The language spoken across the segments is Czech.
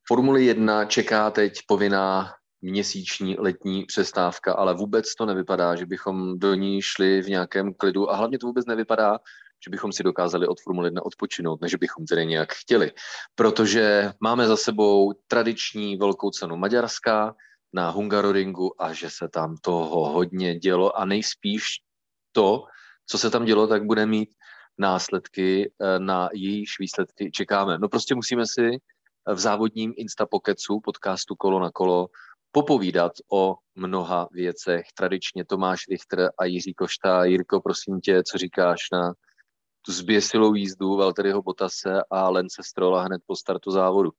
Formuli 1 čeká teď povinná měsíční letní přestávka, ale vůbec to nevypadá, že bychom do ní šli v nějakém klidu a hlavně to vůbec nevypadá, že bychom si dokázali od Formule 1 odpočinout, než bychom tedy nějak chtěli. Protože máme za sebou tradiční velkou cenu Maďarska na Hungaroringu a že se tam toho hodně dělo a nejspíš to, co se tam dělo, tak bude mít následky, na jejíž výsledky čekáme. No prostě musíme si v závodním Instapokecu podcastu Kolo na kolo popovídat o mnoha věcech. Tradičně Tomáš Richter a Jiří Košta. Jirko, prosím tě, co říkáš na tu zběsilou jízdu Valtteriho Bottase a Lance Strolla hned po startu závodu?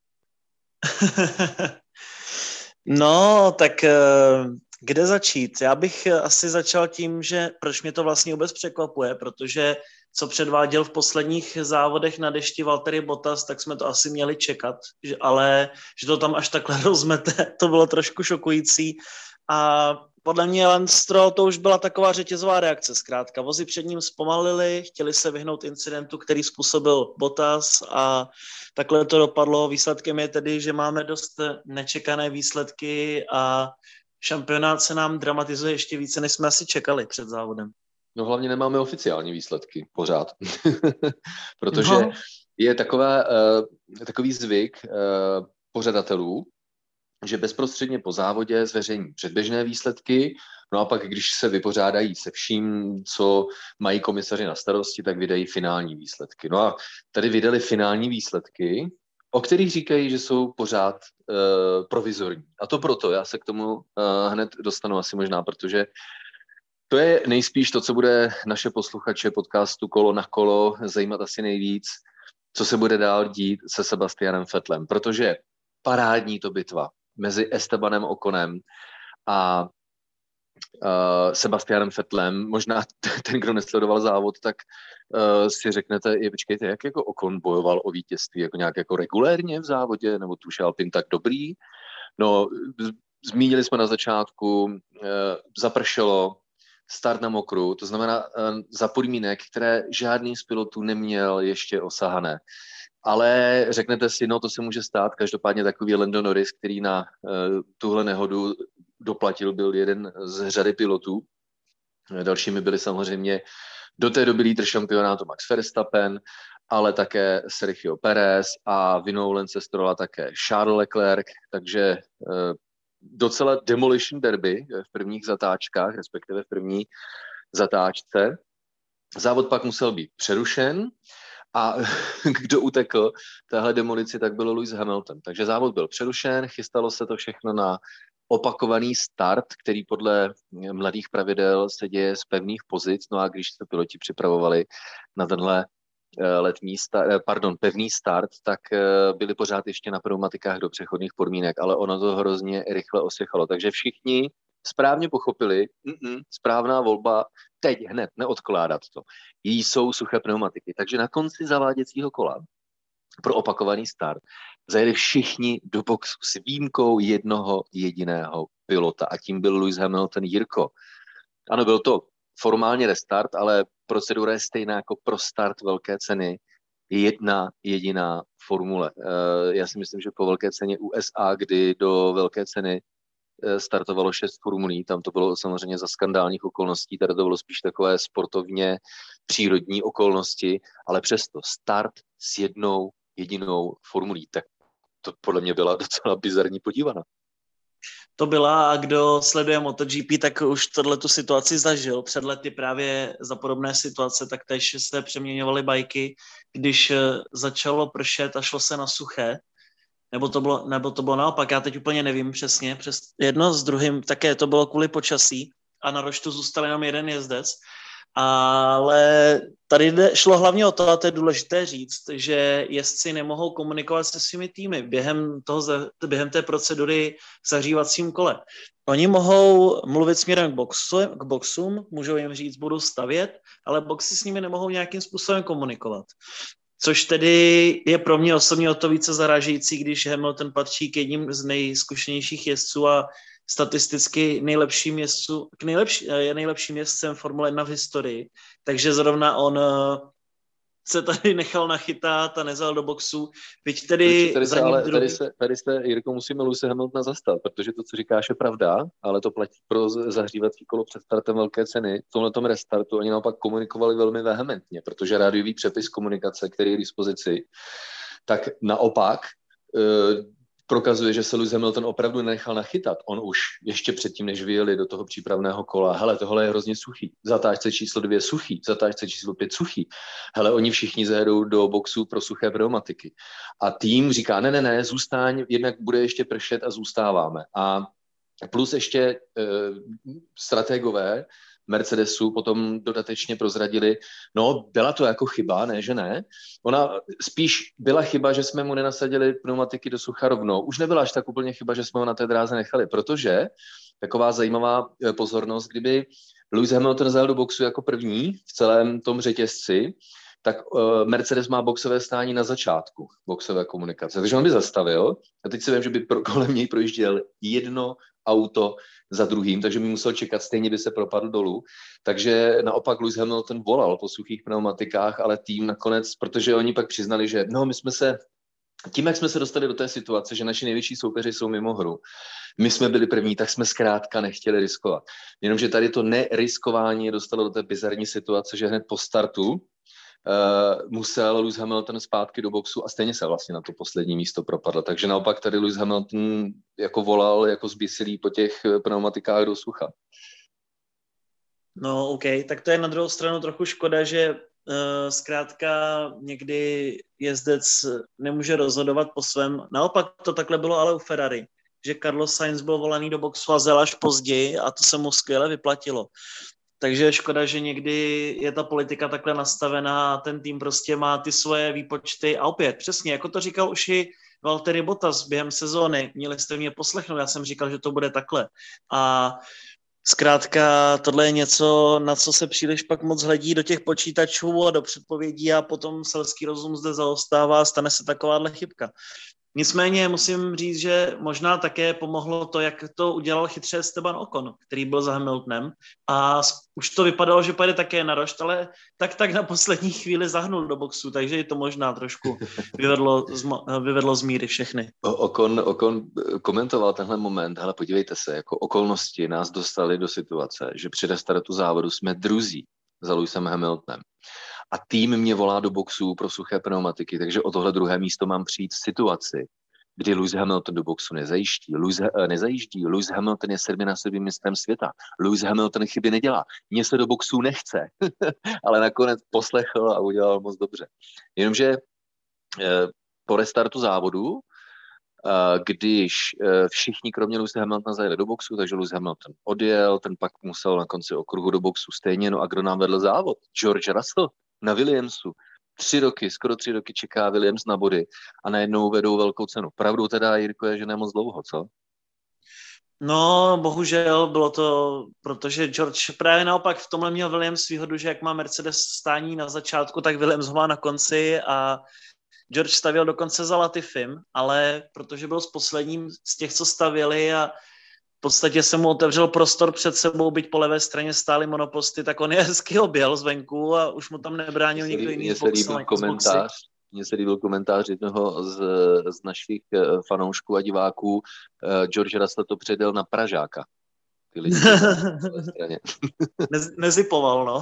No, tak kde začít? Já bych asi začal tím, že proč mě to vlastně vůbec překvapuje, protože co předváděl v posledních závodech na dešti Valtteri Bottas, tak jsme to asi měli čekat, ale že to tam až takhle rozmete, to bylo trošku šokující. A podle mě Lance Stroll to už byla taková řetězová reakce zkrátka. Vozy před ním zpomalili, chtěli se vyhnout incidentu, který způsobil Bottas a takhle to dopadlo. Výsledkem je tedy, že máme dost nečekané výsledky a šampionát se nám dramatizuje ještě více, než jsme asi čekali před závodem. No hlavně nemáme oficiální výsledky pořád, protože je takový zvyk pořadatelů, že bezprostředně po závodě zveřejní předběžné výsledky, no a pak, když se vypořádají se vším, co mají komisaři na starosti, tak vydají finální výsledky. No a tady vydali finální výsledky, o kterých říkají, že jsou pořád provizorní. A to proto, já se k tomu hned dostanu asi možná, protože to je nejspíš to, co bude naše posluchače podcastu Kolo na kolo zajímat asi nejvíc, co se bude dál dít se Sebastianem Vettelem, protože parádní to bitva mezi Estebanem Oconem a Sebastianem Vettelem. Možná ten, kdo nesledoval závod, tak si řeknete, počkejte, jak jako Ocon bojoval o vítězství, jako nějak jako regulérně v závodě, nebo tu Alpin tak dobrý. No, zmínili jsme na začátku, zapršelo, start na mokru, to znamená za podmínek, které žádný z pilotů neměl ještě osahané. Ale řeknete si, no to se může stát, každopádně takový Lando Norris, který na tuhle nehodu doplatil, byl jeden z řady pilotů. Dalšími byli samozřejmě do té doby lídr šampionátu Max Verstappen, ale také Sergio Perez a vinou Lance Strolla také Charles Leclerc, takže docela demolition derby v prvních zatáčkách, respektive v první zatáčce. Závod pak musel být přerušen a kdo utekl téhle demolici, tak byl Lewis Hamilton. Takže závod byl přerušen, chystalo se to všechno na opakovaný start, který podle mladých pravidel se děje z pevných pozic, no a když se piloti připravovali na tenhle pevný start, tak byli pořád ještě na pneumatikách do přechodných podmínek, ale ono to hrozně rychle osychalo. Takže všichni správně pochopili, správná volba teď hned, neodkládat to. Jsou suché pneumatiky. Takže na konci zaváděcího kola pro opakovaný start zajeli všichni do boxu s výjimkou jednoho jediného pilota a tím byl Lewis Hamilton. Jirko. Ano, byl to formálně restart, ale procedura je stejná jako pro start velké ceny. Jedna jediná formule. Já si myslím, že po velké ceně USA, kdy do velké ceny startovalo 6 formulí, tam to bylo samozřejmě za skandálních okolností, tady to bylo spíš takové sportovně přírodní okolnosti, ale přesto start s jednou jedinou formulí, tak to podle mě byla docela bizarní podívaná. To byla, a kdo sleduje MotoGP, tak už tohletu situaci zažil. Před lety právě za podobné situace, tak též se přeměňovaly bajky, když začalo pršet a šlo se na suché. Nebo to bylo naopak, já teď úplně nevím přesně. Přes jedno s druhým, také to bylo kvůli počasí a na roštu zůstal jenom jeden jezdec. Ale tady šlo hlavně o to, a to je důležité říct, že jezdci nemohou komunikovat se svými týmy během té procedury v zahřívacím kole. Oni mohou mluvit směrem k boxům, můžou jim říct, budu stavět, ale boxy s nimi nemohou nějakým způsobem komunikovat. Což tedy je pro mě osobně o to více zarážející, když Hamilton patří k jedním z nejzkušenějších jezdců a statisticky je nejlepším jezdcem Formule 1 v historii, takže zrovna on se tady nechal nachytat a nezal do boxu. Byť tedy za ním druhý... Tady se, Jirko, musíme Lewise Hamiltona zastat, protože to, co říkáš, je pravda, ale to platí pro zahřívací kolo před startem velké ceny. V tomhletom restartu oni naopak komunikovali velmi vehementně, protože rádiový přepis komunikace, který je k dispozici, tak naopak prokazuje, že se Lewis Hamilton opravdu nenechal nachytat. On už ještě předtím, než vyjeli do toho přípravného kola, hele, tohle je hrozně suchý. Zatáčce číslo 2 suchý, zatáčce číslo 5 suchý. Hele, oni všichni zajedou do boxu pro suché pneumatiky. A tým říká, ne, zůstaň, jednak bude ještě pršet a zůstáváme. A plus ještě strategové Mercedesu potom dodatečně prozradili, no byla to jako chyba, ne, že ne. Ona spíš byla chyba, že jsme mu nenasadili pneumatiky do sucha rovnou. Už nebyla až tak úplně chyba, že jsme ho na té dráze nechali, protože taková zajímavá pozornost, kdyby Lewis Hamilton zajel do boxu jako první v celém tom řetězci, tak Mercedes má boxové stání na začátku boxové komunikace. Takže on by zastavil a teď si vím, že by kolem něj projížděl jedno auto za druhým, takže by musel čekat, stejně by se propadl dolů. Takže naopak Lewis Hamilton volal po suchých pneumatikách, ale tým nakonec, protože oni pak přiznali, že no, my jsme se tím, jak jsme se dostali do té situace, že naši největší soupeři jsou mimo hru, my jsme byli první, tak jsme zkrátka nechtěli riskovat. Jenomže tady to neriskování je dostalo do té bizarní situace, že hned po startu musel Lewis Hamilton zpátky do boxu a stejně se vlastně na to poslední místo propadl. Takže naopak tady Lewis Hamilton jako volal jako zběsilý po těch pneumatikách do sucha. No OK, tak to je na druhou stranu trochu škoda, že zkrátka někdy jezdec nemůže rozhodovat po svém. Naopak to takhle bylo ale u Ferrari, že Carlos Sainz byl volaný do boxu a zel až později a to se mu skvěle vyplatilo. Takže je škoda, že někdy je ta politika takhle nastavená a ten tým prostě má ty svoje výpočty a opět přesně, jako to říkal už i Valtteri Bottas během sezóny, měli jste mě poslechnout, já jsem říkal, že to bude takhle a zkrátka tohle je něco, na co se příliš pak moc hledí do těch počítačů a do předpovědí a potom selský rozum zde zaostává a stane se takováhle chybka. Nicméně musím říct, že možná také pomohlo to, jak to udělal chytře Esteban Ocon, který byl za Hamiltonem a už to vypadalo, že pojede také na rošt, ale tak na poslední chvíli zahnul do boxu, takže i to možná trošku vyvedlo z míry všechny. Ocon komentoval tenhle moment, hele podívejte se, jako okolnosti nás dostali do situace, že při restartu závodu jsme druzí za Lewisem Hamiltonem. A tým mě volá do boxu pro suché pneumatiky, takže o tohle druhé místo mám přijít v situaci, kdy Lewis Hamilton do boxu nezajíždí. Lewis Hamilton je 7násobným mistrem světa. Lewis Hamilton chyby nedělá. Mně se do boxu nechce, ale nakonec poslechl a udělal moc dobře. Jenomže po restartu závodu, když všichni kromě Lewise Hamiltona zajeli do boxu, takže Lewis Hamilton odjel, ten pak musel na konci okruhu do boxu stejně, no a kdo nám vedl závod? George Russell na Williamsu. Skoro 3 roky čeká Williams na body a najednou vedou velkou cenu. Pravdou teda, Jirko, je, že ne moc dlouho, co? No, bohužel bylo to, protože George právě naopak v tomhle měl Williams výhodu, že jak má Mercedes stání na začátku, tak Williams ho má na konci a George stavěl dokonce za Latifim, ale protože byl s posledním z těch, co stavěli a v podstatě se mu otevřel prostor před sebou, byť po levé straně stály monoposty, tak on je hezky objel zvenku a už mu tam nebránil někdo jiný z boxy. Mně se líbil komentář jednoho z našich fanoušků a diváků. George Russell to předjel na Pražáka. Ty lidi na straně. Nezipoval, no.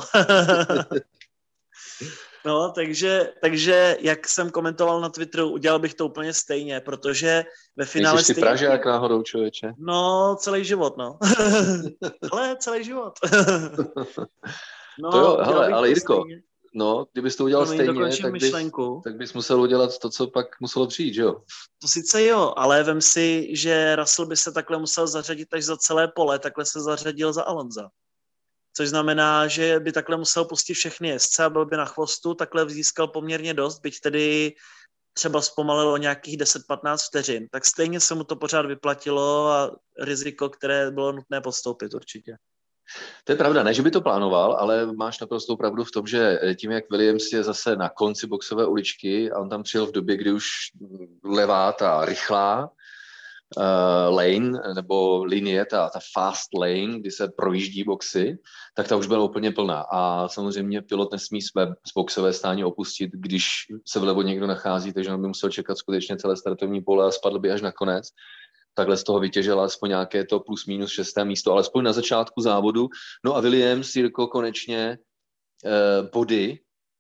No, takže jak jsem komentoval na Twitteru, udělal bych to úplně stejně, protože ve finále... Nejsi Pražák náhodou, člověče? No, celý život, no. Ale celý život. No, to jo, hele, ale Jirko, stejně. No, kdybys to udělal stejně, tak bys musel udělat to, co pak muselo přijít, že jo? To sice jo, ale vem si, že Russell by se takhle musel zařadit až za celé pole, takhle se zařadil za Alonza. Což znamená, že by takhle musel pustit všechny jezdce a byl by na chvostu, takhle získal poměrně dost, byť tedy třeba zpomalilo o nějakých 10-15 vteřin, tak stejně se mu to pořád vyplatilo a riziko, které bylo nutné podstoupit určitě. To je pravda, ne, že by to plánoval, ale máš naprostou pravdu v tom, že tím, jak Williams je zase na konci boxové uličky a on tam přijel v době, kdy už levá ta rychlá lane, nebo linie, ta fast lane, kdy se projíždí boxy, tak ta už byla úplně plná. A samozřejmě pilot nesmí své boxové stání opustit, když se vlevo někdo nachází, takže on by musel čekat skutečně celé startovní pole a spadl by až na konec. Takhle z toho vytěžila aspoň nějaké to plus minus 6. místo, alespoň na začátku závodu. No a Williams, Jirko, konečně body.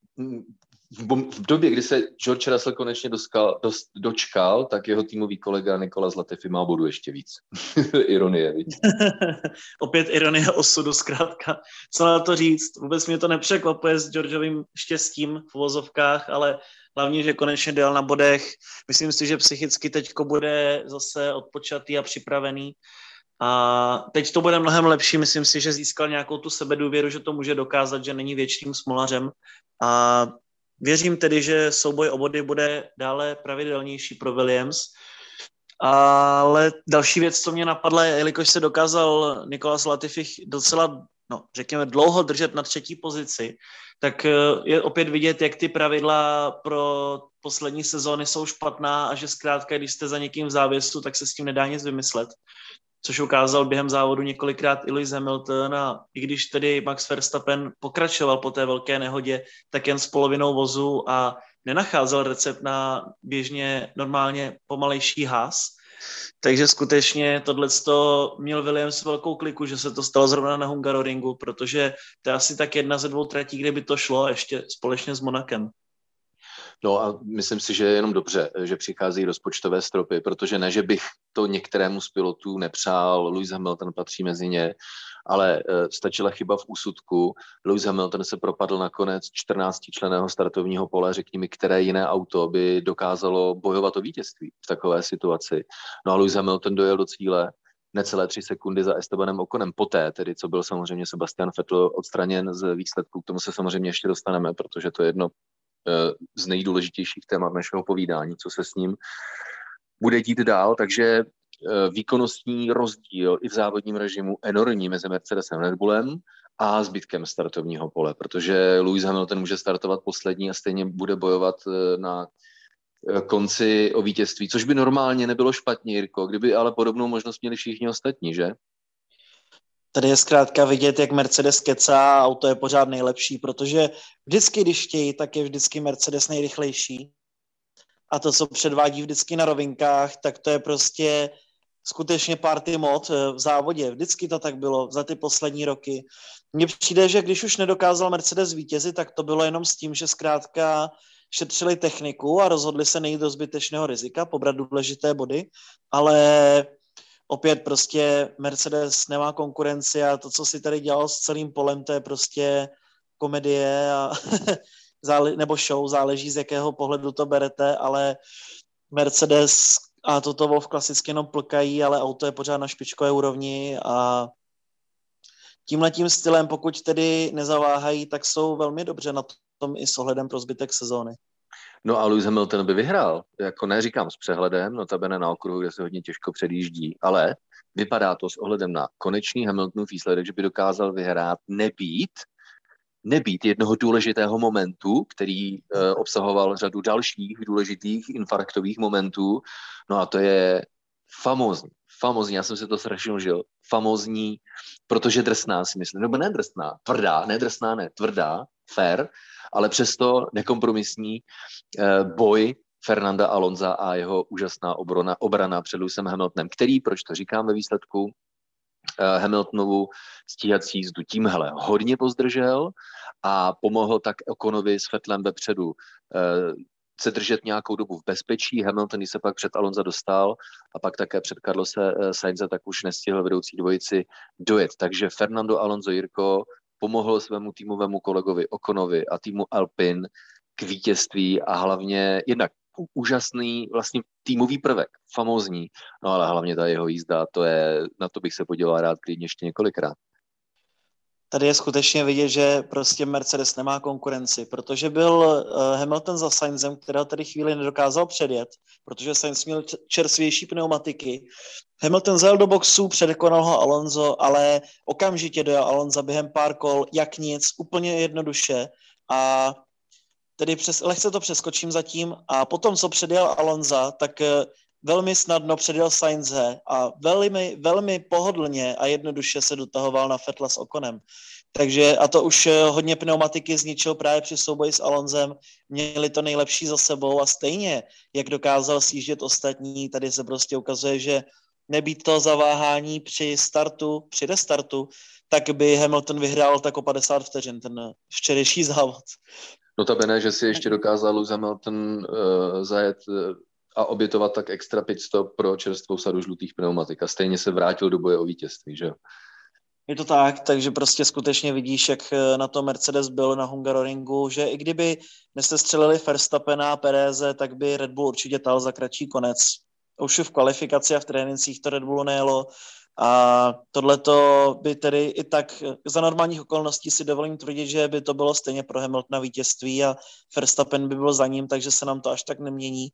V době, kdy se George Russell konečně dočkal, tak jeho týmový kolega Nicolas Latifi má bodu ještě víc. Ironie, víc. Opět ironie osudu, zkrátka. Co na to říct? Vůbec mě to nepřekvapuje s Georgeovým štěstím v uvozovkách, ale hlavně, že konečně dojel na bodech. Myslím si, že psychicky teďko bude zase odpočatý a připravený. A teď to bude mnohem lepší. Myslím si, že získal nějakou tu sebedůvěru, že to může dokázat, že není věčným smolařem. A věřím tedy, že souboj o body bude dále pravidelnější pro Williams. Ale další věc, co mě napadla, je, jelikož se dokázal Nicolas Latifi docela, řekněme, dlouho držet na 3. pozici, tak je opět vidět, jak ty pravidla pro poslední sezóny jsou špatná a že zkrátka, když jste za někým v závěsu, tak se s tím nedá nic vymyslet. Což ukázal během závodu několikrát i Lewis Hamilton, a i když tedy Max Verstappen pokračoval po té velké nehodě, tak jen s polovinou vozu a nenacházel recept na běžně normálně pomalejší Haas. Takže skutečně tohleto měl Williams velkou kliku, že se to stalo zrovna na Hungaroringu, protože to je asi tak jedna ze 2 tratí, kde by to šlo, ještě společně s Monakem. No a myslím si, že je jenom dobře, že přichází rozpočtové stropy, protože ne, že bych to některému z pilotů nepřál, Lewis Hamilton patří mezi ně, ale stačila chyba v úsudku. Lewis Hamilton se propadl nakonec 14členného startovního pole, řekni mi, které jiné auto by dokázalo bojovat o vítězství v takové situaci. No a Lewis Hamilton dojel do cíle necelé 3 sekundy za Estebanem Oconem poté, tedy co byl samozřejmě Sebastian Vettel odstraněn z výsledku. K tomu se samozřejmě ještě dostaneme, protože to je jedno z nejdůležitějších témat našeho povídání, co se s ním bude dít dál, takže výkonnostní rozdíl i v závodním režimu enormní mezi Mercedesem a Red Bullem a zbytkem startovního pole, protože Lewis Hamilton může startovat poslední a stejně bude bojovat na konci o vítězství, což by normálně nebylo špatně, Jirko, kdyby ale podobnou možnost měli všichni ostatní, že? Tady je zkrátka vidět, jak Mercedes kecá, auto je pořád nejlepší, protože vždycky, když chtějí, tak je vždycky Mercedes nejrychlejší. A to, co předvádí vždycky na rovinkách, tak to je prostě skutečně party mod v závodě. Vždycky to tak bylo za ty poslední roky. Mně přijde, že když už nedokázal Mercedes vítězit, tak to bylo jenom s tím, že zkrátka šetřili techniku a rozhodli se nejít do zbytečného rizika, pobrat důležité body, ale opět prostě Mercedes nemá konkurenci a to, co si tady dělal s celým polem, to je prostě komedie a nebo show, záleží z jakého pohledu to berete, ale Mercedes a Toto Wolff klasicky jenom plkají, ale auto je pořád na špičkové úrovni a tímhletím stylem, pokud tedy nezaváhají, tak jsou velmi dobře na tom i s ohledem pro zbytek sezóny. No a Lewis Hamilton by vyhrál, jako neříkám s přehledem, notabene na okruhu, kde se hodně těžko předjíždí, ale vypadá to s ohledem na konečný Hamiltonův výsledek, že by dokázal vyhrát nebýt jednoho důležitého momentu, který obsahoval řadu dalších důležitých infarktových momentů, no a to je famózní, já jsem si to strašně užil, famózní, protože drsná si myslím, nebo ne drsná, tvrdá, fair, ale přesto nekompromisní boj Fernanda Alonsa a jeho úžasná obrana před Lewisem Hamiltonem, který, proč to říkám ve výsledku, Hamiltonovu stíhací jízdu tímhle hodně pozdržel a pomohl tak Oconovi s Vettelem vepředu se držet nějakou dobu v bezpečí. Hamilton, se pak před Alonsa dostal a pak také před Carlose Sainze, tak už nestihl vedoucí dvojici dojet. Takže Fernando Alonso, Jirko, pomohl svému týmovému kolegovi Oconovi a týmu Alpine k vítězství a hlavně jednak úžasný vlastně týmový prvek, famózní, no ale hlavně ta jeho jízda, na to bych se podíval rád klidně ještě několikrát. Tady je skutečně vidět, že prostě Mercedes nemá konkurenci, protože byl Hamilton za Sainzem, která tady chvíli nedokázal předjet, protože Sainz měl čerstvější pneumatiky. Hamilton zajel do boxu, předekonal ho Alonso, ale okamžitě dojel Alonso během pár kol, jak nic, úplně jednoduše a tedy lehce to přeskočím zatím a potom, co předjel Alonso, tak velmi snadno předjel Sainze a velmi, velmi pohodlně a jednoduše se dotahoval na Vettela s Oconem. Takže a to už hodně pneumatiky zničil právě při souboji s Alonsem, měli to nejlepší za sebou a stejně, jak dokázal sjíždět ostatní, tady se prostě ukazuje, že nebýt to zaváhání při restartu, tak by Hamilton vyhrál tak o 50 vteřin ten včerejší závod. Notabene, že si ještě dokázal Lewis Hamilton zajet a obětovat tak extra pit stop pro čerstvou sadu žlutých pneumatik a stejně se vrátil do boje o vítězství, že jo? Je to tak, takže prostě skutečně vidíš, jak na to Mercedes byl na Hungaroringu, že i kdyby nesestřelili Verstappena a Pereze, tak by Red Bull určitě tal za kratší konec. Už v kvalifikaci a v trénincích to Red Bullu nejelo a tohleto by tedy i tak za normálních okolností si dovolím tvrdit, že by to bylo stejně pro Hamiltona vítězství a Verstappen by byl za ním, takže se nám to až tak nemění.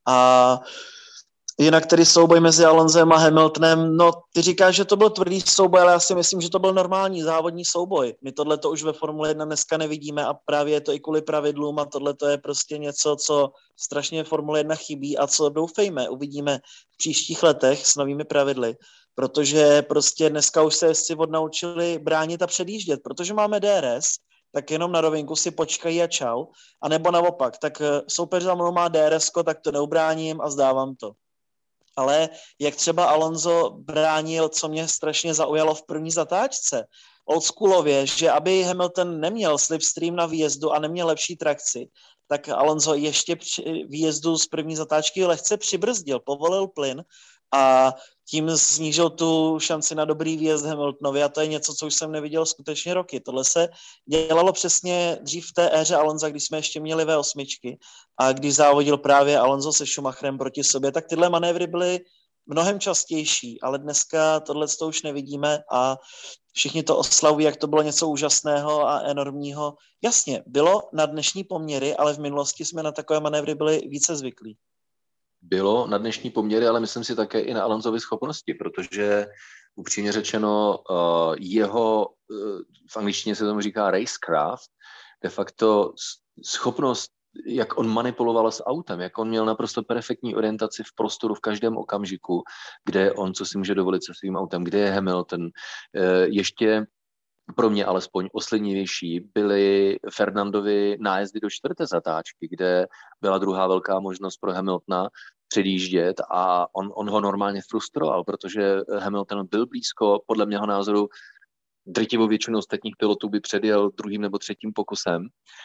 A jinak tedy souboj mezi Alonsem a Hamiltonem, no ty říkáš, že to byl tvrdý souboj, ale já si myslím, že to byl normální závodní souboj. My tohleto už ve Formule 1 dneska nevidíme a právě je to i kvůli pravidlům a tohleto je prostě něco, co strašně Formule 1 chybí a co doufejme, uvidíme v příštích letech s novými pravidly, protože prostě dneska už se jezdci odnaučili bránit a předjíždět, protože máme DRS, tak jenom na rovinku si počkají a čau, a nebo naopak, tak soupeř za mnou má DRS-ko, tak to neubráním a zdávám to. Ale jak třeba Alonso bránil, co mě strašně zaujalo v první zatáčce, oldschoolově, že aby Hamilton neměl slipstream na výjezdu a neměl lepší trakci, tak Alonso ještě při výjezdu z první zatáčky lehce přibrzdil, povolil plyn a tím snížil tu šanci na dobrý výjezd Hamiltonovi a to je něco, co už jsem neviděl skutečně roky. Tohle se dělalo přesně dřív v té éře Alonsa, když jsme ještě měli V8 a když závodil právě Alonso se Schumacherem proti sobě, tak tyhle manévry byly mnohem častější, ale dneska tohle to už nevidíme a všichni to oslavují, jak to bylo něco úžasného a enormního. Jasně, bylo na dnešní poměry, ale v minulosti jsme na takové manévry byli více zvyklí. Bylo na dnešní poměry, ale myslím si také i na Alonsovy schopnosti, protože upřímně řečeno jeho, v angličtině se tomu říká racecraft, de facto schopnost, jak on manipuloval s autem, jak on měl naprosto perfektní orientaci v prostoru v každém okamžiku, kde je on, co si může dovolit se svým autem, kde je Hamilton. Ještě pro mě alespoň oslnivější byly Fernandovy nájezdy do čtvrté zatáčky, kde byla druhá velká možnost pro Hamiltona předjíždět a on ho normálně frustroval, protože Hamilton byl blízko, podle mého názoru drtivou většinu ostatních pilotů by předjel druhým nebo třetím pokusem,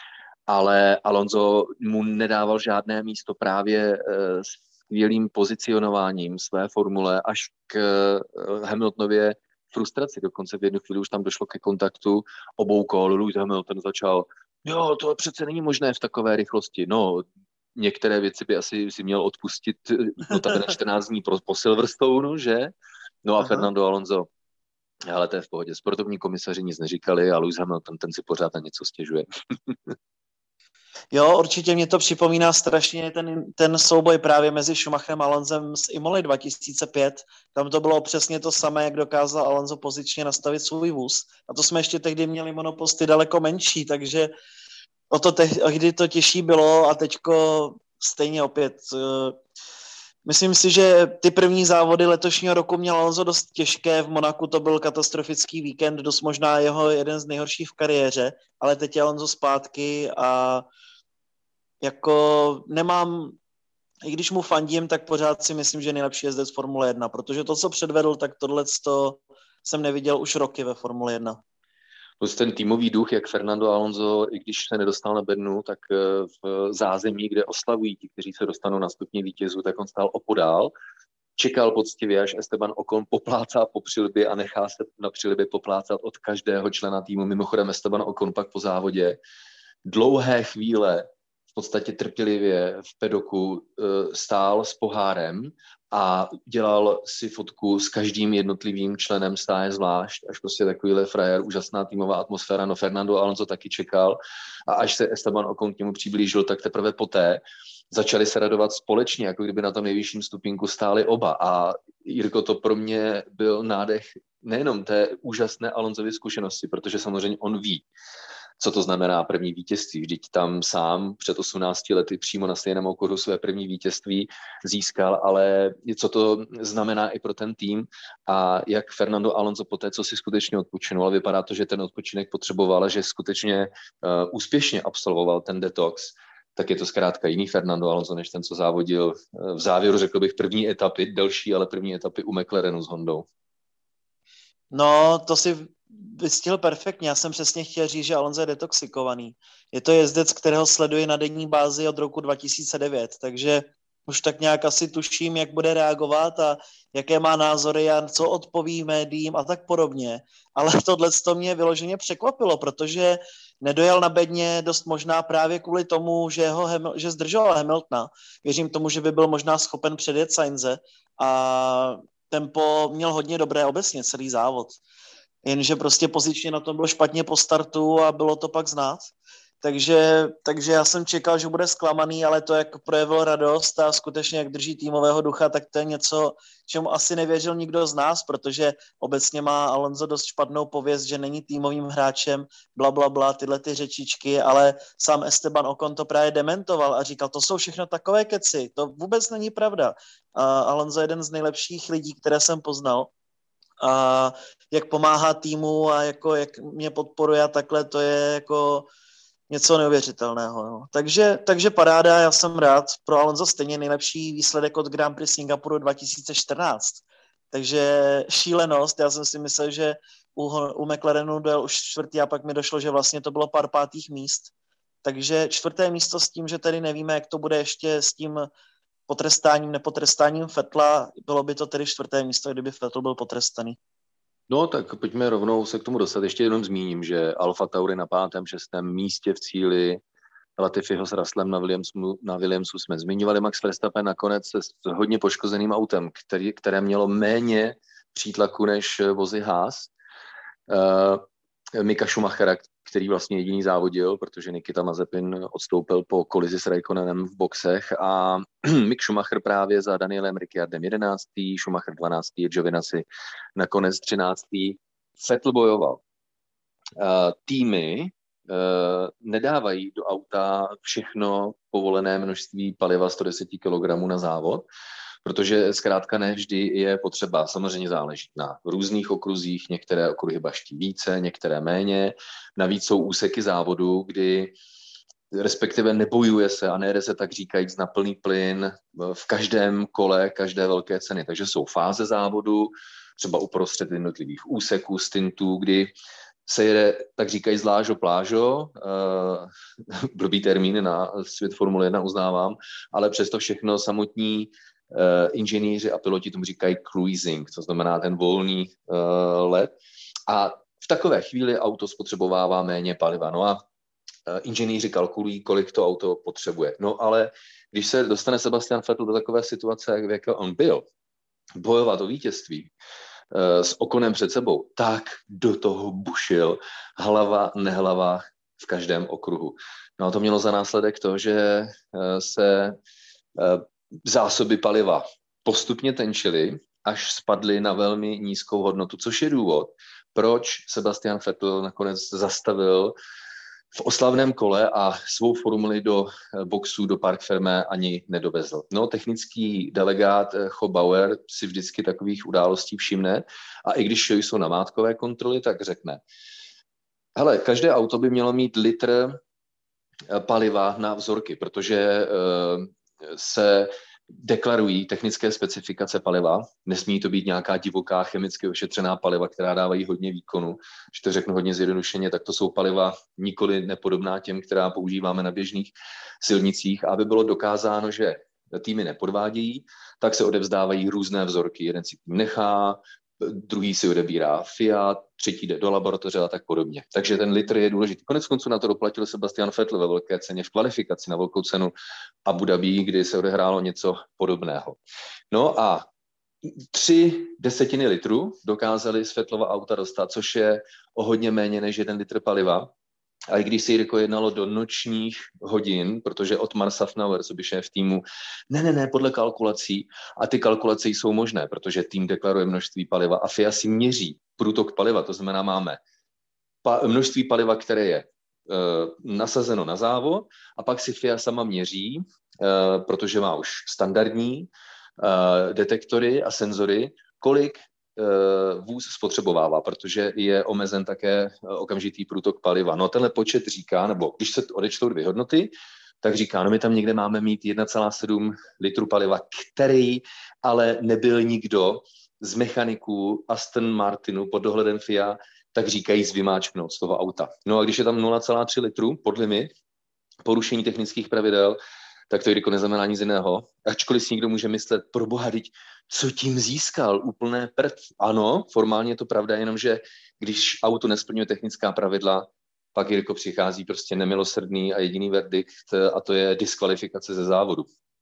ale Alonso mu nedával žádné místo právě skvělým pozicionováním své formule až k Hamiltonově frustraci. Dokonce v jednu chvíli už tam došlo ke kontaktu obou kol. Lewis Hamilton začal, jo, to přece není možné v takové rychlosti. No, některé věci by asi si měl odpustit notabene 14 dní po Silverstoneu, že? No a Fernando Alonso, ale to je v pohodě. Sportovní komisaři nic neříkali a Lewis Hamilton, ten si pořád na něco stěžuje. Jo, určitě mě to připomíná strašně ten souboj právě mezi Schumacherem a Alonsem z Imoly 2005. Tam to bylo přesně to samé, jak dokázal Alonso pozičně nastavit svůj vůz. A to jsme ještě tehdy měli monoposty daleko menší, takže o to tehdy to těžší bylo a teďko stejně opět. Myslím si, že ty první závody letošního roku měl Alonso dost těžké. V Monaku to byl katastrofický víkend, dost možná jeho jeden z nejhorších v kariéře, ale teď je Alonso zpátky a jako nemám, i když mu fandím, tak pořád si myslím, že je nejlepší jezdec Formule 1, protože to, co předvedl, tak tohleto jsem neviděl už roky ve Formule 1. Plus ten týmový duch, jak Fernando Alonso, i když se nedostal na bednu, tak v zázemí, kde oslavují ti, kteří se dostanou na stupně vítězů, tak on stál opodál, čekal poctivě, až Esteban Ocon poplácá po přilbě a nechá se na přilbě poplácat od každého člena týmu. Mimochodem Esteban Ocon pak po závodě dlouhé chvíle v podstatě trpělivě v pedoku stál s pohárem a dělal si fotku s každým jednotlivým členem stáje zvlášť, až prostě takovýhle frajer, úžasná týmová atmosféra. No Fernando Alonso taky čekal a až se Esteban Ocon k němu přiblížil, tak teprve poté začali se radovat společně, jako kdyby na tom nejvyšším stupínku stáli oba. A Jirko, to pro mě byl nádech nejenom té úžasné Alonsovy zkušenosti, protože samozřejmě on ví, co to znamená první vítězství. Vždyť tam sám před 18 lety přímo na stejném okruhu své první vítězství získal, ale co to znamená i pro ten tým a jak Fernando Alonso poté, co si skutečně odpočinul, a vypadá to, že ten odpočinek potřeboval a že skutečně úspěšně absolvoval ten detox, tak je to zkrátka jiný Fernando Alonso, než ten, co závodil v závěru, řekl bych, první etapy, delší, ale první etapy u McLarenu s Hondou. No, to si vystihl perfektně. Já jsem přesně chtěl říct, že Alonso je detoxikovaný. Je to jezdec, kterého sleduji na denní bázi od roku 2009, takže už tak nějak asi tuším, jak bude reagovat a jaké má názory a co odpoví médiím a tak podobně. Ale tohleto mě vyloženě překvapilo, protože nedojel na bedně dost možná právě kvůli tomu, že zdržoval Hamiltona. Věřím tomu, že by byl možná schopen předjet Sainze a tempo měl hodně dobré obecně celý závod. Jenže prostě pozičně na tom bylo špatně po startu a bylo to pak znát. Takže já jsem čekal, že bude zklamaný, ale to, jak projevil radost a skutečně jak drží týmového ducha, tak to je něco, čemu asi nevěřil nikdo z nás, protože obecně má Alonso dost špatnou pověst, že není týmovým hráčem, blablabla, tyhle ty řečičky, ale sám Esteban Ocon to právě dementoval a říkal, to jsou všechno takové keci, to vůbec není pravda. A Alonso je jeden z nejlepších lidí, které jsem poznal. A jak pomáhá týmu a jako jak mě podporuje a takhle, to je jako něco neuvěřitelného. No. Takže paráda, já jsem rád. Pro Alonso stejně nejlepší výsledek od Grand Prix Singapuru 2014. Takže šílenost. Já jsem si myslel, že u McLarenu dojel už čtvrtý a pak mi došlo, že vlastně to bylo pár pátých míst. Takže čtvrté místo s tím, že tedy nevíme, jak to bude ještě s tím potrestáním, nepotrestáním Vettela. Bylo by to tedy čtvrté místo, kdyby Vettel byl potrestaný. No tak pojďme rovnou se k tomu dostat. Ještě jenom zmíním, že Alfa Tauri na 5., 6. místě v cíli, Latifiho s Russellem na Williamsu jsme zmiňovali, Max Verstappen nakonec s hodně poškozeným autem, které mělo méně přítlaku než vozy Haas. Mika Schumachera, který vlastně jediný závodil, protože Nikita Mazepin odstoupil po kolizi s Raikkonenem v boxech a Mick Schumacher právě za Danielem Ricciardem 11., Schumacher 12., Giovinazzi nakonec 13. Vettel bojoval. Týmy nedávají do auta všechno povolené množství paliva 110 kg na závod, protože zkrátka ne vždy je potřeba. Samozřejmě záleží na různých okruzích, některé okruhy baští více, některé méně. Navíc jsou úseky závodu, kdy respektive nebojuje se a nejde se tak říkajíc na plný plyn v každém kole, každé velké ceny. Takže jsou fáze závodu, třeba uprostřed jednotlivých úseků, stintů, kdy se jede, tak říkají, zlážo plážo, blbý termín na svět Formule 1 uznávám, ale přesto všechno samotní inženýři a piloti tomu říkají cruising, to znamená ten volný let. A v takové chvíli auto spotřebovává méně paliva. No a inženýři kalkulují, kolik to auto potřebuje. No ale když se dostane Sebastian Vettel do takové situace, jak on byl, bojovat o vítězství s Oconem před sebou, tak do toho bušil hlava, nehlava v každém okruhu. No a to mělo za následek to, že se zásoby paliva postupně tenčily, až spadly na velmi nízkou hodnotu, což je důvod, proč Sebastian Vettel nakonec zastavil v oslavném kole a svou formuli do boxu, do Parc Fermé ani nedovezl. No, technický delegát Jo Bauer si vždycky takových událostí všimne a i když jsou namátkové kontroly, tak řekne, hele, každé auto by mělo mít litr paliva na vzorky, protože se deklarují technické specifikace paliva. Nesmí to být nějaká divoká chemicky ošetřená paliva, která dávají hodně výkonu. Když to řeknu hodně zjednodušeně, tak to jsou paliva nikoli nepodobná těm, která používáme na běžných silnicích. A aby bylo dokázáno, že týmy nepodvádějí, tak se odevzdávají různé vzorky. Jeden si tým nechá, druhý si odebírá Fiat, třetí jde do laboratoře a tak podobně. Takže ten litr je důležitý. Konec konců na to doplatil Sebastian Vettel ve velké ceně v kvalifikaci na velkou cenu Abu Dhabi, kdy se odehrálo něco podobného. No a 0,3 litru dokázali z Vettelova auta dostat, což je o hodně méně než 1 litr paliva. A i když se Jirko jednalo do nočních hodin, protože Otmar Safnauer, co by šéf týmu, ne, podle kalkulací. A ty kalkulace jsou možné, protože tým deklaruje množství paliva a FIA si měří průtok paliva. To znamená, máme množství paliva, které je nasazeno na závod a pak si FIA sama měří, protože má už standardní detektory a senzory, kolik vůz spotřebovává, protože je omezen také okamžitý průtok paliva. No tenhle počet říká, nebo když se odečtou 2 hodnoty, tak říká, no my tam někde máme mít 1,7 litru paliva, který ale nebyl nikdo z mechaniků Aston Martinu pod dohledem FIA, tak říkají vymáčknout z toho auta. No a když je tam 0,3 litru pod limit, porušení technických pravidel, tak to jako neznamená nic jiného. Ačkoliv si někdo může myslet, proboha, co tím získal? Úplné prd. Ano, formálně je to pravda, jenomže když auto nesplňuje technická pravidla, pak Jirko přichází prostě nemilosrdný a jediný verdikt a to je diskvalifikace ze závodu.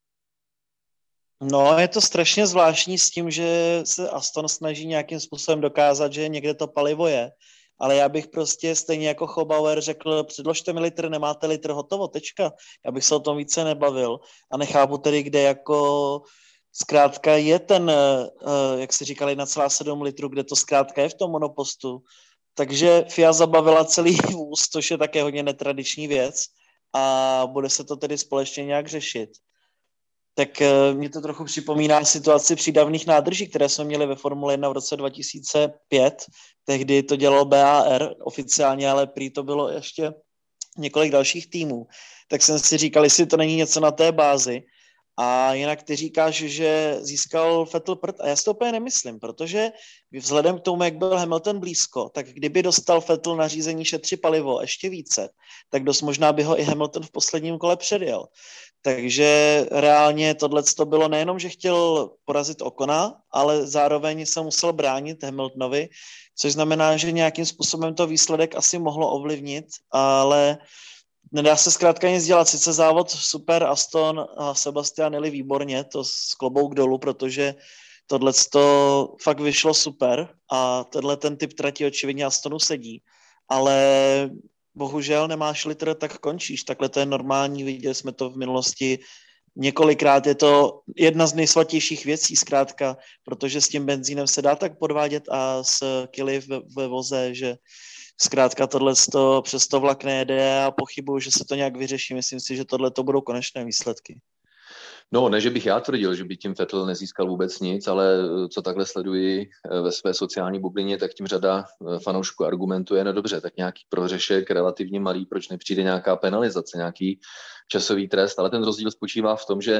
No, je to strašně zvláštní s tím, že se Aston snaží nějakým způsobem dokázat, že někde to palivo je, ale já bych prostě stejně jako Chobauer řekl, předložte mi litr, nemáte litr, hotovo, tečka. Já bych se o tom více nebavil a nechápu tedy, kde jako zkrátka je ten, jak si říkali, 1,7 litru, kde to zkrátka je v tom monopostu. Takže FIA zabavila celý vůz, což je také hodně netradiční věc a bude se to tedy společně nějak řešit. Tak mě to trochu připomíná situaci přídavných nádrží, které jsme měli ve Formule 1 v roce 2005. Tehdy to dělalo BAR oficiálně, ale prý to bylo ještě několik dalších týmů. Tak jsem si říkal, jestli to není něco na té bázi. A jinak ty říkáš, že získal Vettel prd a já si to úplně nemyslím, protože vzhledem k tomu, jak byl Hamilton blízko, tak kdyby dostal Vettel nařízení šetři palivo ještě více, tak dost možná by ho i Hamilton v posledním kole předjel. Takže reálně tohleto bylo nejenom, že chtěl porazit Ocona, ale zároveň se musel bránit Hamiltonovi, což znamená, že nějakým způsobem to výsledek asi mohlo ovlivnit, ale nedá se zkrátka nic dělat. Sice závod super, Aston a Sebastian jeli výborně, to z klobouk dolů, protože tohleto fakt vyšlo super a tenhle ten typ trati očividně Astonu sedí, ale bohužel nemáš litr, tak končíš. Takhle to je normální, viděli jsme to v minulosti několikrát. Je to jedna z nejsvatějších věcí zkrátka, protože s tím benzínem se dá tak podvádět a s kily ve voze, že zkrátka tohleto přes to vlak nejede a pochybuju, že se to nějak vyřeší. Myslím si, že tohleto budou konečné výsledky. No, ne, že bych já tvrdil, že by tím Vettel nezískal vůbec nic, ale co takhle sleduji ve své sociální bublině, tak tím řada fanoušků argumentuje, no dobře, tak nějaký prohřešek relativně malý, proč nepřijde nějaká penalizace, nějaký časový trest, ale ten rozdíl spočívá v tom, že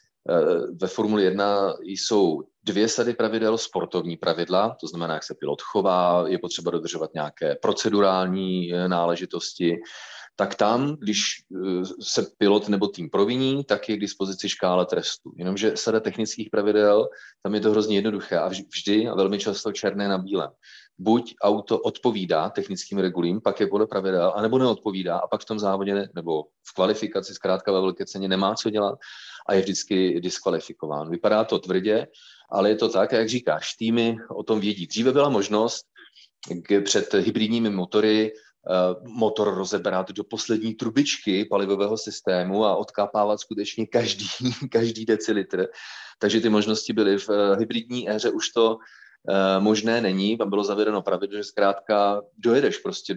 ve Formuli 1 jsou 2 sady pravidel, sportovní pravidla, to znamená, jak se pilot chová, je potřeba dodržovat nějaké procedurální náležitosti, tak tam, když se pilot nebo tým proviní, tak je k dispozici škála trestů. Jenomže sada technických pravidel, tam je to hrozně jednoduché a vždy a velmi často černé na bílém. Buď auto odpovídá technickým regulím, pak je podle pravidel, anebo neodpovídá a pak v tom závodě nebo v kvalifikaci zkrátka ve velké ceně nemá co dělat a je vždycky diskvalifikován. Vypadá to tvrdě, ale je to tak, jak říkáš, týmy o tom vědí. Dříve byla možnost před hybridními motory motor rozebrat do poslední trubičky palivového systému a odkápávat skutečně každý decilitr. Takže ty možnosti byly. V hybridní éře už to možné není. Tam bylo zavedeno pravidlo, že zkrátka dojedeš prostě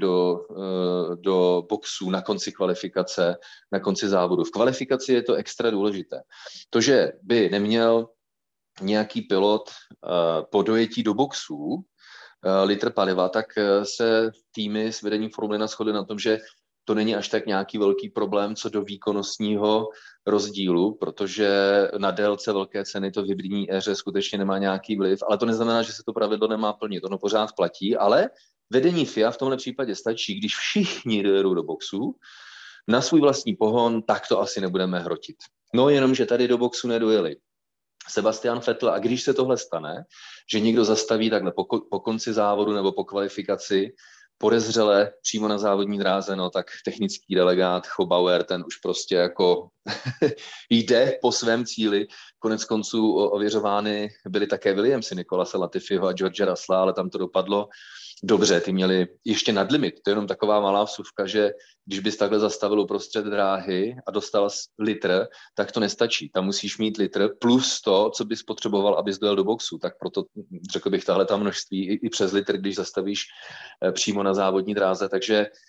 do boxu na konci kvalifikace, na konci závodu. V kvalifikaci je to extra důležité. To, že by neměl nějaký pilot po dojetí do boxu litr paliva, tak se týmy s vedením Formule 1 shodly na tom, že to není až tak nějaký velký problém co do výkonnostního rozdílu, protože na délce velké ceny to v hybridní éře skutečně nemá nějaký vliv, ale to neznamená, že se to pravidlo nemá plnit. Ono pořád platí, ale vedení FIA v tomhle případě stačí, když všichni dojedou do boxu na svůj vlastní pohon, tak to asi nebudeme hrotit. No jenom, že tady do boxu nedojeli Sebastian Vettel a když se tohle stane, že někdo zastaví takhle po konci závodu nebo po kvalifikaci podezřele přímo na závodní dráze, no tak technický delegát Chobauer, ten už prostě jako jde po svém cíli. Konec konců ověřovány byly také Williamsy, Nicolase Latifiho a George Russella, ale tam to dopadlo dobře, ty měli ještě nadlimit. To je jenom taková malá vsuvka, že když bys takhle zastavil uprostřed dráhy a dostal litr, tak to nestačí. Tam musíš mít litr plus to, co bys potřeboval, abys dojel do boxu. Tak proto řekl bych tahle ta množství i přes litr, když zastavíš přímo na závodní dráze. Takže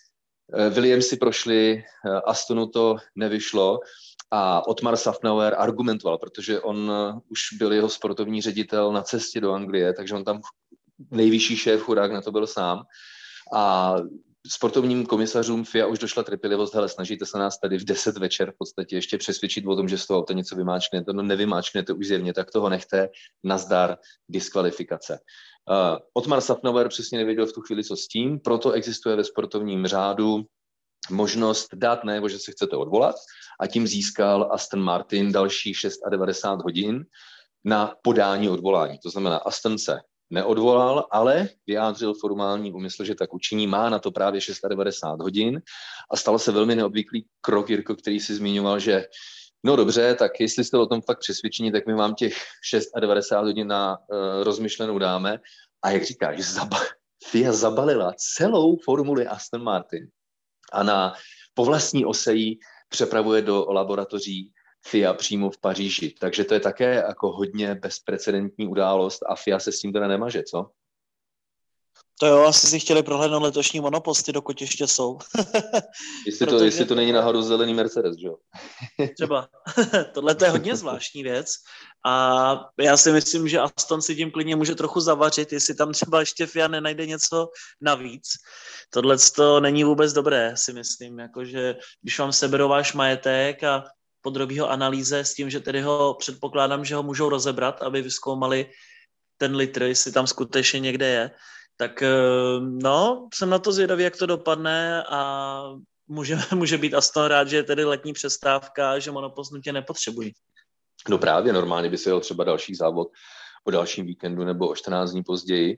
Williamsi prošli, Astonu to nevyšlo a Otmar Szafnauer argumentoval, protože on už byl jeho sportovní ředitel na cestě do Anglie, takže on tam nejvyšší šéf, chudák, na to byl sám. A sportovním komisařům FIA už došla trpělivost, hele, snažíte se nás tady v 10 večer v podstatě ještě přesvědčit o tom, že z toho auta něco vymáčknete, no nevymáčknete už zjevně, tak toho nechte, nazdar, diskvalifikace. Otmar Szafnauer přesně nevěděl v tu chvíli, co s tím, proto existuje ve sportovním řádu možnost dát najevo, že se chcete odvolat a tím získal Aston Martin další 96 hodin na podání odvolání. To znamená, Aston se neodvolal, ale vyjádřil formální úmysl, že tak učiní, má na to právě 96 hodin a stal se velmi neobvyklý krok, Jirko, který si zmiňoval, že no dobře, tak jestli jste o tom fakt přesvědčení, tak my vám těch 96 hodin na rozmyšlenou dáme a jak říkáš, FIA zabalila celou formuli Aston Martin a po vlastní ose ji přepravuje do laboratoří FIA přímo v Paříži. Takže to je také jako hodně bezprecedentní událost a FIA se s tím teda nemaže, co? To jo, asi si chtěli prohlédnout letošní monoposty, dokud ještě jsou. jestli to není náhodou zelený Mercedes, že jo? Třeba. Tohle to je hodně zvláštní věc a já si myslím, že Aston si tím klidně může trochu zavařit, jestli tam třeba ještě FIA nenajde něco navíc. Tohle to není vůbec dobré, si myslím, jakože když vám seberou váš majetek a podrobí ho analýze s tím, že tedy ho předpokládám, že ho můžou rozebrat, aby vyzkoumali ten litr, jestli tam skutečně někde je. Tak no, jsem na to zvědavý, jak to dopadne a může být Aston rád, že je tedy letní přestávka, že monopost nutně nepotřebují. No právě, normálně by se jel třeba další závod o dalším víkendu nebo o 14 dní později.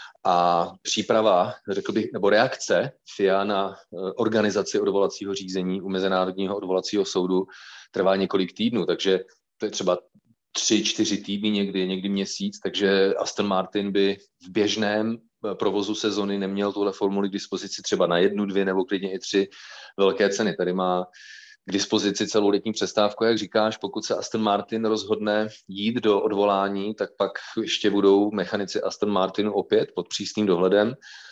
A příprava, řekl bych, nebo reakce FIA na organizaci odvolacího řízení u Mezinárodního odvolacího soudu trvá několik týdnů, takže to je třeba 3-4 týdny někdy měsíc, takže Aston Martin by v běžném provozu sezony neměl tuhle formuli k dispozici třeba na 1, 2 nebo klidně i 3 velké ceny. Tady má k dispozici celou letní přestávku, jak říkáš, pokud se Aston Martin rozhodne jít do odvolání, tak pak ještě budou mechanici Aston Martinu opět pod přísným dohledem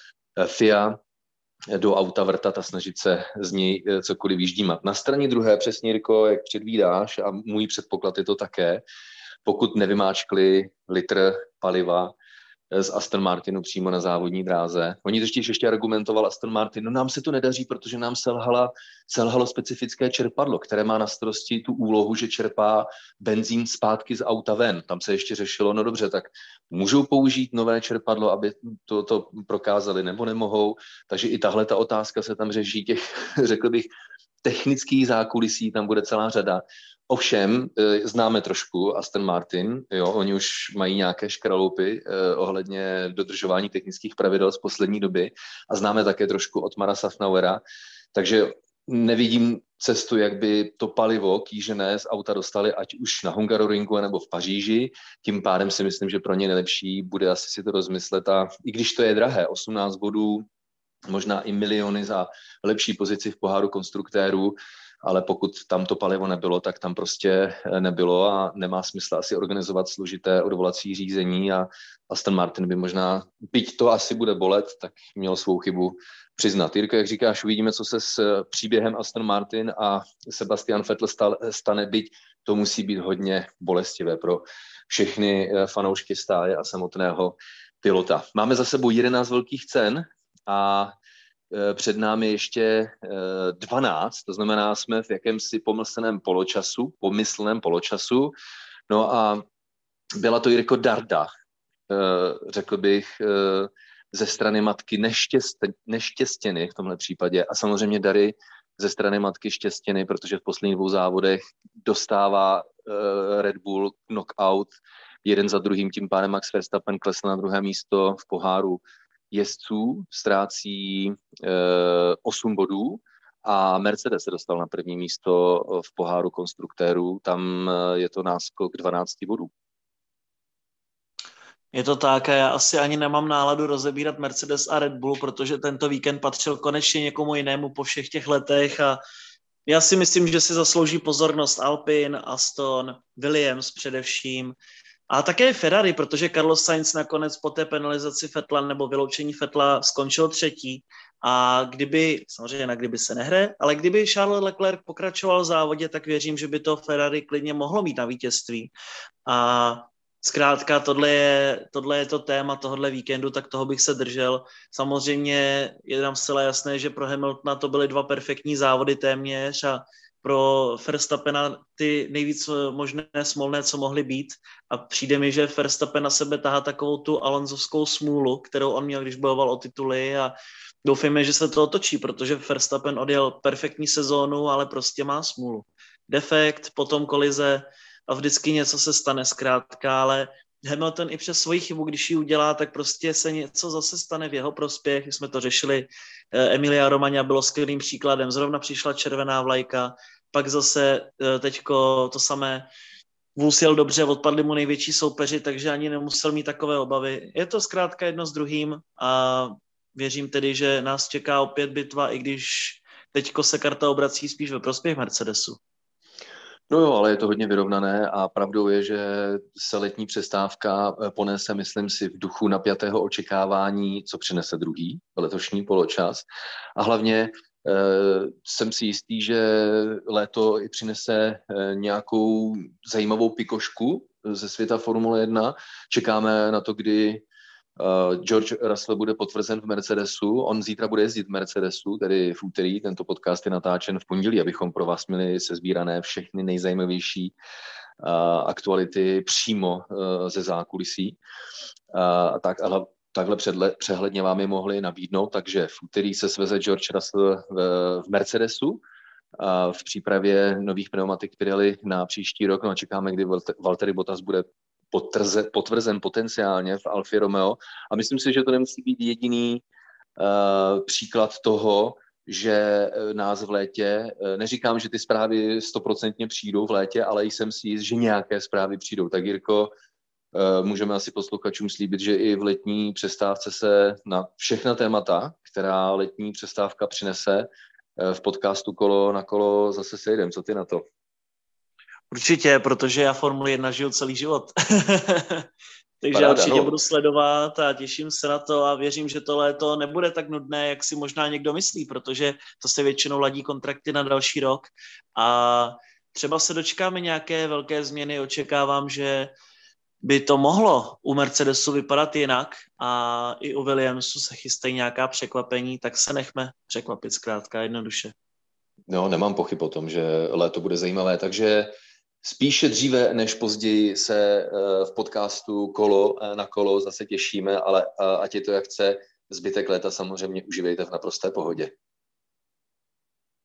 FIA do auta vrtat a snažit se z něj cokoliv vyždímat. Na straně druhé, přesně, Jirko, jak předvídáš, a můj předpoklad je to také, pokud nevymáčkli litr paliva z Aston Martinu přímo na závodní dráze. Oni totiž ještě argumentoval Aston Martin, no nám se to nedaří, protože nám selhalo specifické čerpadlo, které má na starosti tu úlohu, že čerpá benzín zpátky z auta ven. Tam se ještě řešilo, no dobře, tak můžou použít nové čerpadlo, aby to prokázali, nebo nemohou. Takže i tahle ta otázka se tam řeší, těch, řekl bych, technických zákulisí, tam bude celá řada. Ovšem, známe trošku Aston Martin, jo, oni už mají nějaké škraloupy ohledně dodržování technických pravidel z poslední doby a známe také trošku Otmara Szafnauera, takže nevidím cestu, jak by to palivo kýžené z auta dostali, ať už na Hungaroringu nebo v Paříži. Tím pádem si myslím, že pro ně nejlepší bude asi si to rozmyslet a i když to je drahé, 18 bodů, možná i miliony za lepší pozici v poháru konstruktérů, ale pokud tam to palivo nebylo, tak tam prostě nebylo a nemá smysl asi organizovat složité odvolací řízení a Aston Martin by možná, byť to asi bude bolet, tak měl svou chybu přiznat. Jirko, jak říkáš, uvidíme, co se s příběhem Aston Martin a Sebastian Vettel stane, byť to musí být hodně bolestivé pro všechny fanoušky stáje a samotného pilota. Máme za sebou 11 velkých cen a před námi ještě 12, to znamená, jsme v jakémsi pomyslném poločasu. No a byla to, Jirko, darda, řekl bych, ze strany matky neštěstěny v tomhle případě a samozřejmě dary ze strany matky štěstěny, protože v posledních 2 závodech dostává Red Bull knockout jeden za druhým, tím pádem Max Verstappen klesl na 2. místo v poháru jezdců, ztrácí 8 bodů a Mercedes se dostal na 1. místo v poháru konstruktérů, tam je to náskok 12 bodů. Je to tak a já asi ani nemám náladu rozebírat Mercedes a Red Bull, protože tento víkend patřil konečně někomu jinému po všech těch letech a já si myslím, že si zaslouží pozornost Alpine, Aston, Williams především. A také Ferrari, protože Carlos Sainz nakonec po té penalizaci Vettela nebo vyloučení Vettela skončil třetí. A kdyby se nehraje, ale kdyby Charles Leclerc pokračoval v závodě, tak věřím, že by to Ferrari klidně mohlo mít na vítězství. A zkrátka tohle je to téma tohohle víkendu, tak toho bych se držel. Samozřejmě je nám zcela jasné, že pro Hamiltona to byly 2 perfektní závody téměř a pro Verstappena ty nejvíc možné smolné, co mohly být. A přijde mi, že Verstappen na sebe tahá takovou tu Alonsovskou smůlu, kterou on měl, když bojoval o tituly, a doufejme, že se to otočí, protože Verstappen odjel perfektní sezónu, ale prostě má smůlu. Defekt, potom kolize a vždycky něco se stane zkrátka, ale Hamilton i přes svoji chybu, když ji udělá, tak prostě se něco zase stane v jeho prospěch. My jsme to řešili, Emilia Romagna bylo skvělým příkladem, zrovna přišla červená vlajka, pak zase teďko to samé, Vůz jel dobře, odpadli mu největší soupeři, takže ani nemusel mít takové obavy. Je to zkrátka jedno s druhým a věřím tedy, že nás čeká opět bitva, i když teďko se karta obrací spíš ve prospěch Mercedesu. No jo, ale je to hodně vyrovnané a pravdou je, že se letní přestávka ponese, myslím si, v duchu napjatého očekávání, co přinese druhý letošní poločas. A hlavně jsem si jistý, že léto i přinese nějakou zajímavou pikošku ze světa Formule 1. Čekáme na to, kdy George Russell bude potvrzen v Mercedesu. On zítra bude jezdit v Mercedesu, tedy v úterý. Tento podcast je natáčen v pondělí, abychom pro vás měli sesbírané všechny nejzajímavější aktuality přímo ze zákulisí. Takhle přehledně vám je mohli nabídnout, takže v úterý se sveze George Russell v Mercedesu v přípravě nových pneumatik Pirelli na příští rok. No a čekáme, kdy Valtteri Bottas bude potvrzen potenciálně v Alfě Romeo. A myslím si, že to nemusí být jediný příklad toho, že nás v létě, neříkám, že ty zprávy 100% přijdou v létě, ale jsem si jist, že nějaké zprávy přijdou. Tak Jirko, můžeme asi posluchačům slíbit, že i v letní přestávce se na všechna témata, která letní přestávka přinese, v podcastu Kolo na kolo zase sejdem. Co ty na to? Určitě, protože já Formuli 1 žiju celý život. Takže Paráda, určitě budu sledovat a těším se na to a věřím, že to léto nebude tak nudné, jak si možná někdo myslí, protože to se většinou ladí kontrakty na další rok a třeba se dočkáme nějaké velké změny. Očekávám, že by to mohlo u Mercedesu vypadat jinak a i u Williamsu se chystají nějaká překvapení, tak se nechme překvapit zkrátka jednoduše. No, nemám pochyb o tom, že léto bude zajímavé, takže spíše dříve než později se v podcastu Kolo na kolo zase těšíme, ale ať je to jak chce, zbytek léta samozřejmě užívejte v naprosté pohodě.